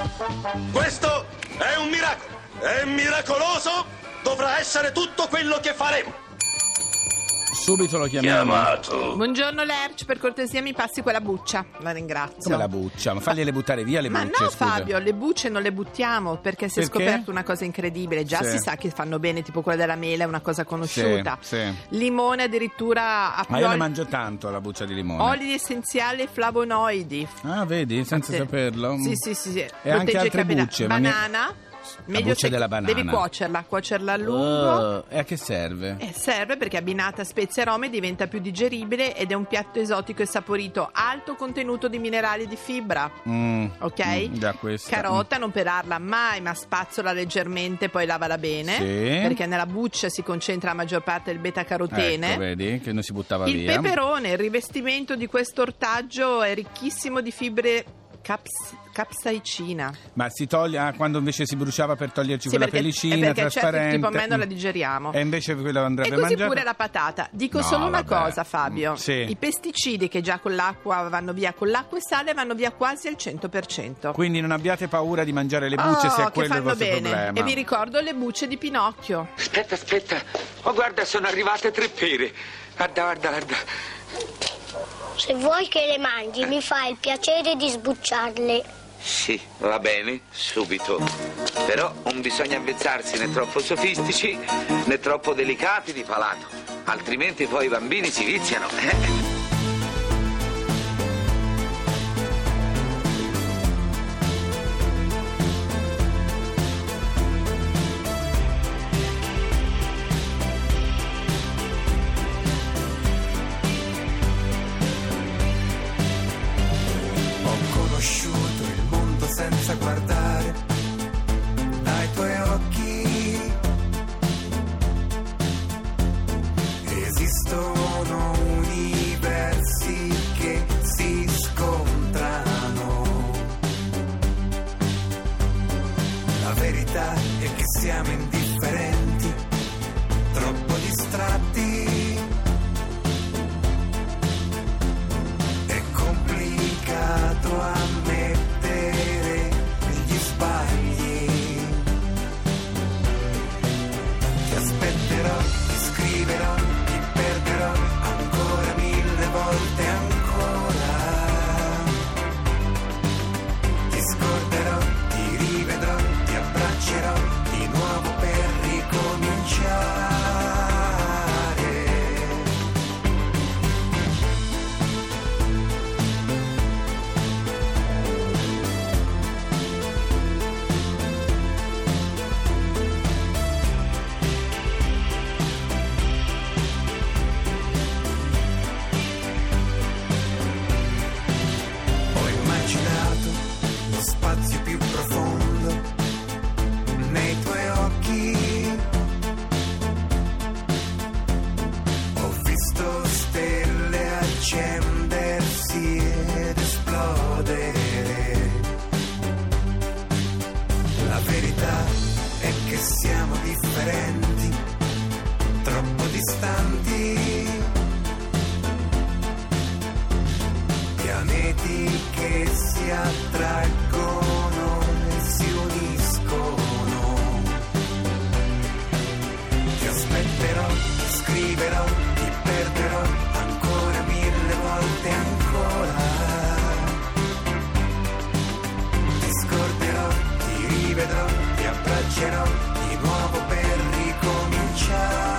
Questo è un miracolo. È miracoloso. Dovrà essere tutto quello che faremo. Subito lo chiamiamo. Chiamato. Buongiorno Lerch, per cortesia mi passi quella buccia. La ringrazio. Come la buccia? Ma fagliele buttare via le Ma bucce, no, scusa. Fabio, le bucce non le buttiamo perché si è Perché? scoperto una cosa incredibile. Già Sì. si sa che fanno bene, tipo quella della mela, è una cosa conosciuta. Sì. Limone addirittura a Ma io ne mangio tanto la buccia di limone. oli essenziali e flavonoidi. Ah, vedi? Senza Sì. saperlo. Sì. E anche altre bucce. ma ne- Banana. La buccia della banana. Devi cuocerla a lungo. E a che serve? Serve perché abbinata a spezie e arome diventa più digeribile ed è un piatto esotico e saporito, alto contenuto di minerali e di fibra. Ok? Già questa. Carota, non pelarla mai, ma spazzola leggermente, poi lavala bene. Sì. Perché nella buccia si concentra la maggior parte del beta-carotene. Ecco, vedi? Che non si buttava Il via. peperone, il rivestimento di questo ortaggio è ricchissimo di fibre capsaicina. Ma si toglie quando invece si bruciava per toglierci quella perché, pellicina perché trasparente. certo, tipo a me non la digeriamo. E invece quella andrebbe E così mangiata. pure la patata. Dico No, solo una vabbè. cosa, Fabio. Sì. I pesticidi che già con l'acqua vanno via, con l'acqua e sale vanno via quasi al 100%. Quindi non abbiate paura di mangiare le bucce se è che quello il fanno vostro bene. problema. E vi ricordo le bucce di Pinocchio. Aspetta. Oh, guarda, sono arrivate 3 pere. Guarda. Se vuoi che le mangi, mi fai il piacere di sbucciarle. Sì, va bene, subito. Però non bisogna avvezzarsi né troppo sofistici né troppo delicati di palato. Altrimenti poi i bambini si viziano. Conosciuto il mondo senza guardare dai tuoi occhi. Esistono universi che si scontrano. La verità è che siamo indifferenti, troppo distratti. È complicato ammettere gli sbagli. Ti aspetterò, ti scriverò, ti perderò ancora 1000 volte ancora. Ti scorderò, ti rivedrò, ti abbraccerò di nuovo per ricominciare. Ho immaginato lo spazio più profondo nei tuoi occhi. Ho visto stelle accendersi ed esplodere. La verità è che siamo differenti, troppo distanti. Pianeti che si attraggono e si uniscono. Ti aspetterò, ti scriverò, ti perderò ancora 1000 volte ancora. Ti scorderò, ti rivedrò, ti abbraccerò di nuovo per ricominciare.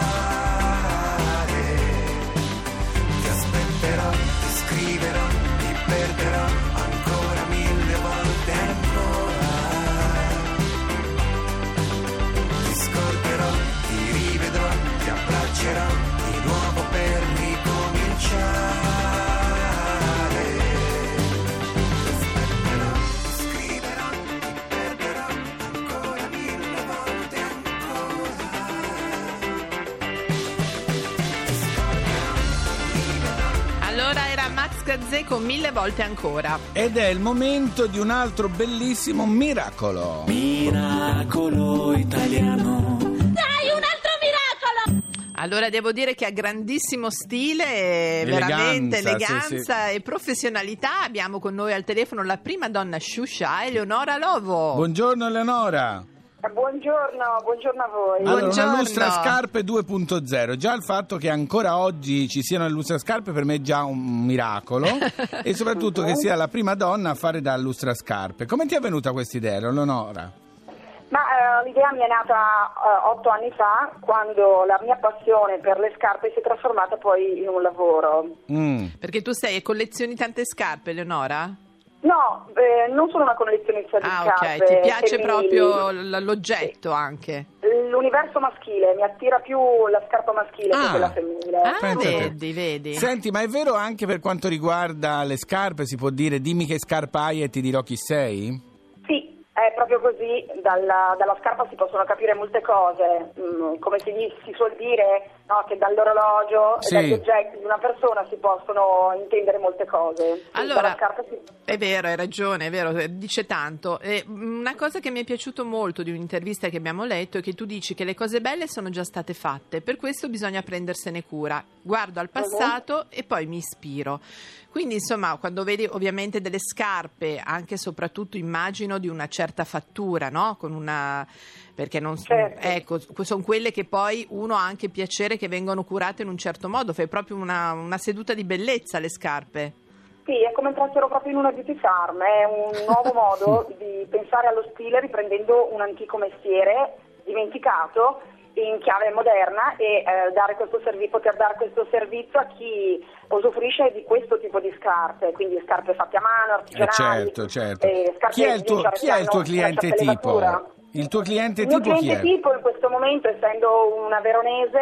Ti aspetterò, ti scriverò, ti perderò ancora 1000 volte ancora. Ti scorderò, ti rivedrò, ti abbraccerò di nuovo per ricominciare. Ti aspetterò, ti scriverò, ti perderò ancora 1000 volte ancora. Allora era Max Gazzè con 1000 volte ancora. Ed è il momento di un altro bellissimo miracolo. Miracolo italiano. Dai, un altro miracolo! Allora devo dire che ha grandissimo stile, veramente eleganza sì. e professionalità. Abbiamo con noi al telefono la prima donna Sciuscia, Eleonora Lovo. Buongiorno Eleonora. Buongiorno a voi. Allora, Buongiorno. una lustrascarpe 2.0. Già il fatto che ancora oggi ci siano le lustrascarpe per me è già un miracolo e soprattutto che sia la prima donna a fare da lustrascarpe. Come ti è venuta questa idea, Eleonora? Ma l'idea mi è nata 8 anni fa, quando la mia passione per le scarpe si è trasformata poi in un lavoro. Perché tu collezioni tante scarpe, Eleonora? No, non sono una collezionista di scarpe. Ok, ti piace femminili. proprio l'oggetto anche? L'universo maschile, mi attira più la scarpa maschile che quella femminile. Pensa te. Vedi. Senti, ma è vero anche per quanto riguarda le scarpe, si può dire dimmi che scarpa hai e ti dirò chi sei? Sì, è proprio così, dalla scarpa si possono capire molte cose, come si suol dire, no, che dall'orologio Sì. e dagli oggetti di una persona si possono intendere molte cose. Sì, Allora, dalla scarpa è vero, hai ragione, è vero, dice tanto. E una cosa che mi è piaciuto molto di un'intervista che abbiamo letto è che tu dici che le cose belle sono già state fatte, per questo bisogna prendersene cura. Guardo al passato e poi mi ispiro. Quindi insomma, quando vedi ovviamente delle scarpe, anche e soprattutto immagino di una certa fattura, no? Con una... perché non Certo. ecco, sono quelle che poi uno ha anche piacere che vengono curate in un certo modo, fai proprio una seduta di bellezza le scarpe. Sì, è come entrassero proprio in una beauty farm, è un nuovo modo di pensare allo stile riprendendo un antico mestiere dimenticato in chiave moderna e poter dare questo servizio a chi usufruisce di questo tipo di scarpe, quindi scarpe fatte a mano, artigianali. Certo. Scarpe Chi è il tuo cliente tipo? Il tuo cliente Il mio tipo chi cliente è? tipo in questo momento, essendo una veronese,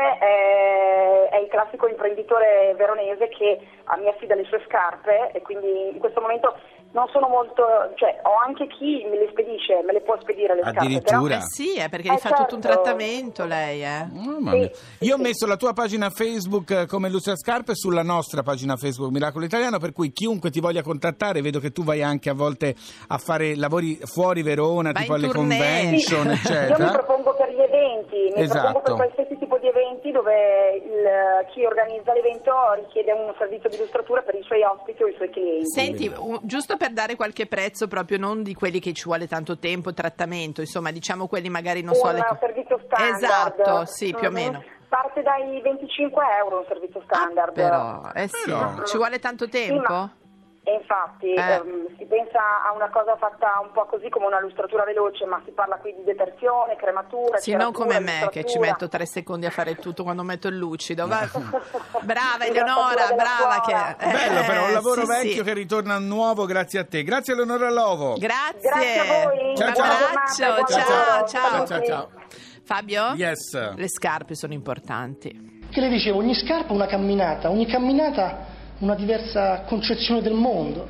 è il classico imprenditore veronese che mi affida le sue scarpe e quindi in questo momento non sono molto, cioè ho anche chi me le spedisce, me le può spedire le scarpe. Addirittura? Sì, perché gli fa tutto un trattamento lei, Mamma mia. Io ho messo la tua pagina Facebook come Lustrascarpe sulla nostra pagina Facebook Miracolo Italiano, per cui chiunque ti voglia contattare, vedo che tu vai anche a volte a fare lavori fuori Verona, Vai tipo in alle tournée. convention, Io mi eccetera. propongo per gli eventi, mi Esatto. propongo per qualsiasi tipo di eventi dove chi organizza l'evento richiede un servizio di illustratura per i suoi ospiti o i suoi clienti. Senti, giusto per dare qualche prezzo, proprio non di quelli che ci vuole tanto tempo, trattamento, insomma, diciamo quelli magari non so... Un servizio standard. Esatto, sì, più o meno. Parte dai 25 euro un servizio standard. Però, sì, Però. ci vuole tanto tempo? Sì, ma- e infatti si pensa a una cosa fatta un po' così come una lustratura veloce, ma si parla qui di detersione, crematura, Sì, non come me lustratura. che ci metto 3 secondi a fare tutto quando metto il lucido. Brava Una Eleonora, fattura brava della che... Bello però, un lavoro sì, vecchio sì. che ritorna nuovo grazie a te. Grazie Eleonora Lovo. Grazie. Grazie a voi. Ciao, Un ciao. abbraccio, Buona ciao, giornata. ciao. Fabio? Yes. Le scarpe sono importanti. Che le dicevo, ogni scarpa ogni camminata una diversa concezione del mondo.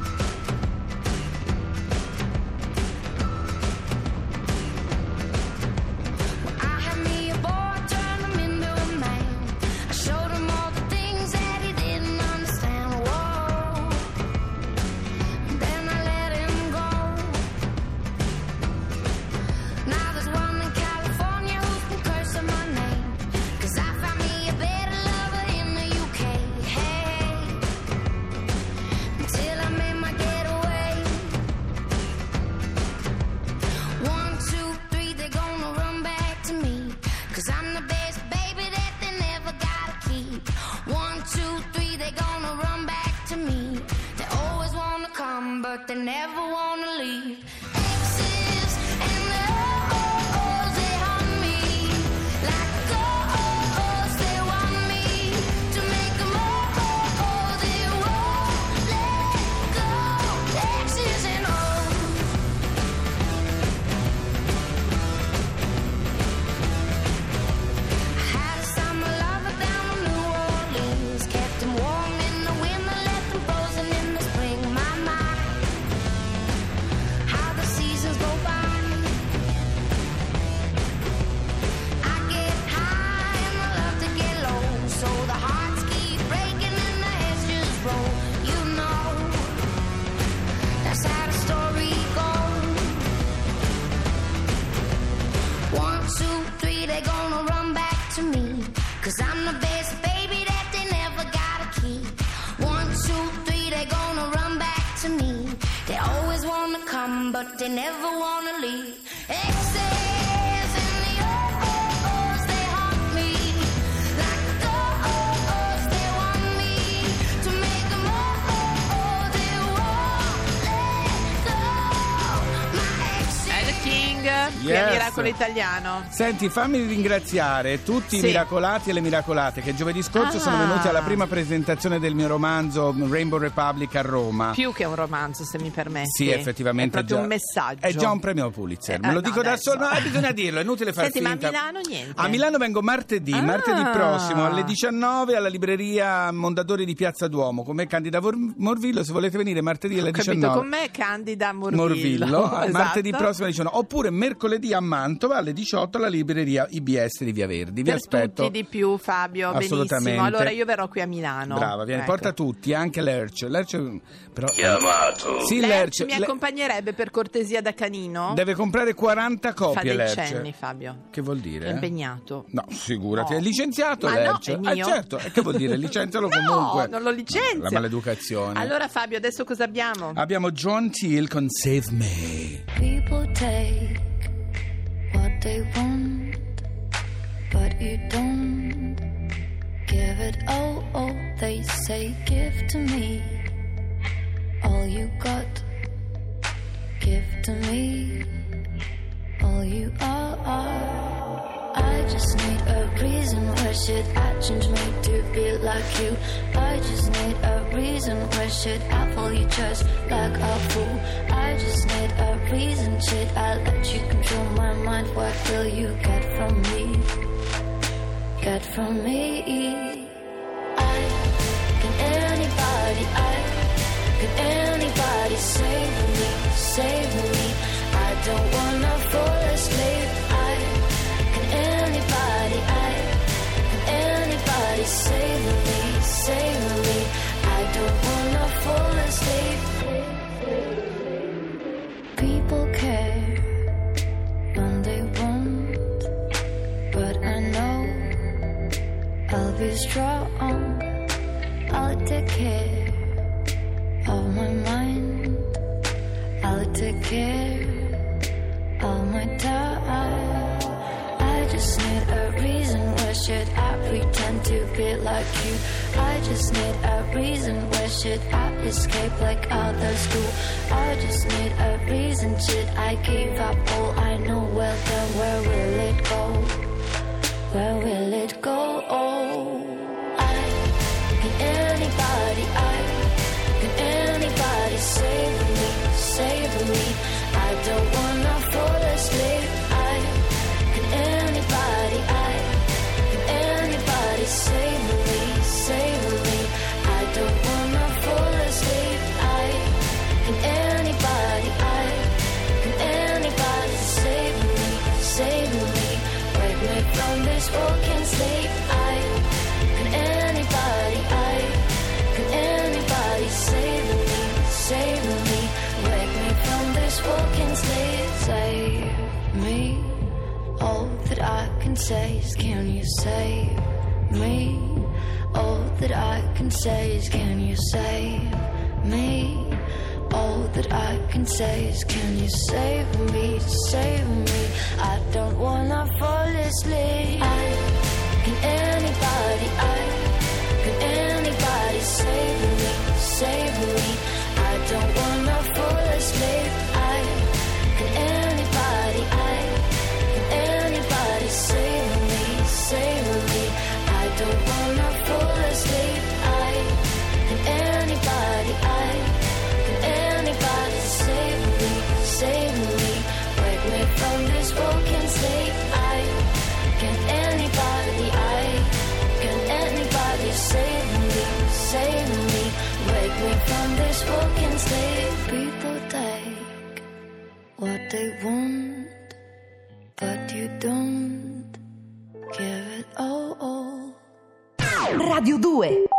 But they never wanna leave. Exes and O's, they haunt me like ghosts. They want me to make them all. They won't let go. Exes and O's. I had a summer lover down in New Orleans, kept him warm in the winter, left him frozen in the spring. My mind. they never wanna leave. Exes and the oh-oh-ohs, they haunt me. Like the oh-oh-ohs, they want me to make them oh-oh-oh, they won't let go. My exes. È The King, qui Yes. è Miracolo Italiano. Senti, fammi ringraziare tutti i Sì. miracolati e le miracolate che giovedì scorso sono venuti alla prima presentazione del mio romanzo Rainbow Republic a Roma. Più che un romanzo, se mi permetti. Sì, effettivamente è proprio già un messaggio. È già un premio Pulitzer. Me lo no, dico da adesso. solo, no, bisogna dirlo, è inutile far Senti, ma a finta. Milano niente? A Milano vengo martedì prossimo alle 19 alla libreria Mondadori di Piazza Duomo. Con me Candida Morvillo, se volete venire martedì alle Ho capito, 19. con me Candida Morvillo. Morvillo, martedì Esatto. prossimo alle 19, oppure mercoledì a Mantova alle 18 alla libreria IBS di Via Verdi. Vi Per aspetto. tutti di più, Fabio, Assolutamente. benissimo. Allora io verrò qui a Milano. Brava, vieni, Ecco. porta tutti, anche Lerch. Però Chiamato. Sì, Lerch Lerch mi accompagnerebbe per cortesia da canino? deve comprare 40 Fa copie dei Lerch. cenni, Fabio. Che vuol dire? È impegnato. No, figurati, No. è licenziato Ma no, Lerch. è mio. Certo, e che vuol dire? Licenzialo No, comunque. non lo licenzia. La maleducazione. Allora Fabio, adesso cosa abbiamo? Abbiamo John Teal con Save Me. People take what they want, but you don't give it. Oh, they say give to me all you got. Give to me all you are. I just need a reason. Why should I change me to be like you? I just need a reason. Why should I fall you just like a fool? I just need a reason. Should I let you control my mind? What will you get from me? Get from me? Can anybody save me? Save me? I don't wanna fall asleep. Can anybody save me? Save me? I don't wanna fall asleep. People care when they want, but I know I'll be strong. I'll take care of my mind. I'll take care of my time. I just need a reason. Why should I pretend to be like you? I just need a reason. Why should I escape like others do? I just need a reason. Should I give up all I know? Well then where will it go? Where will it go? Can anybody save me? Save me? I don't wanna fall asleep. Can anybody save me? Save me? I don't wanna fall asleep. Can anybody save me? Save me? Wake me from this walking sleep. Can anybody save me? Save me? Wake me from this walking sleep. Save me? All that I can say is can you save me? All that I can say is can you save me? All that I can say is can you save me? Save me? I don't wanna fall asleep. Can anybody save me? Save me? I don't wanna fall asleep. Can anybody save me? Save me? I don't wanna fall asleep. Can anybody save me? Save me? Wake me from this walking sleep. Can anybody save me? Save me? Wake me from this walking sleep. People take what they want, but you don't give it all. Radio 2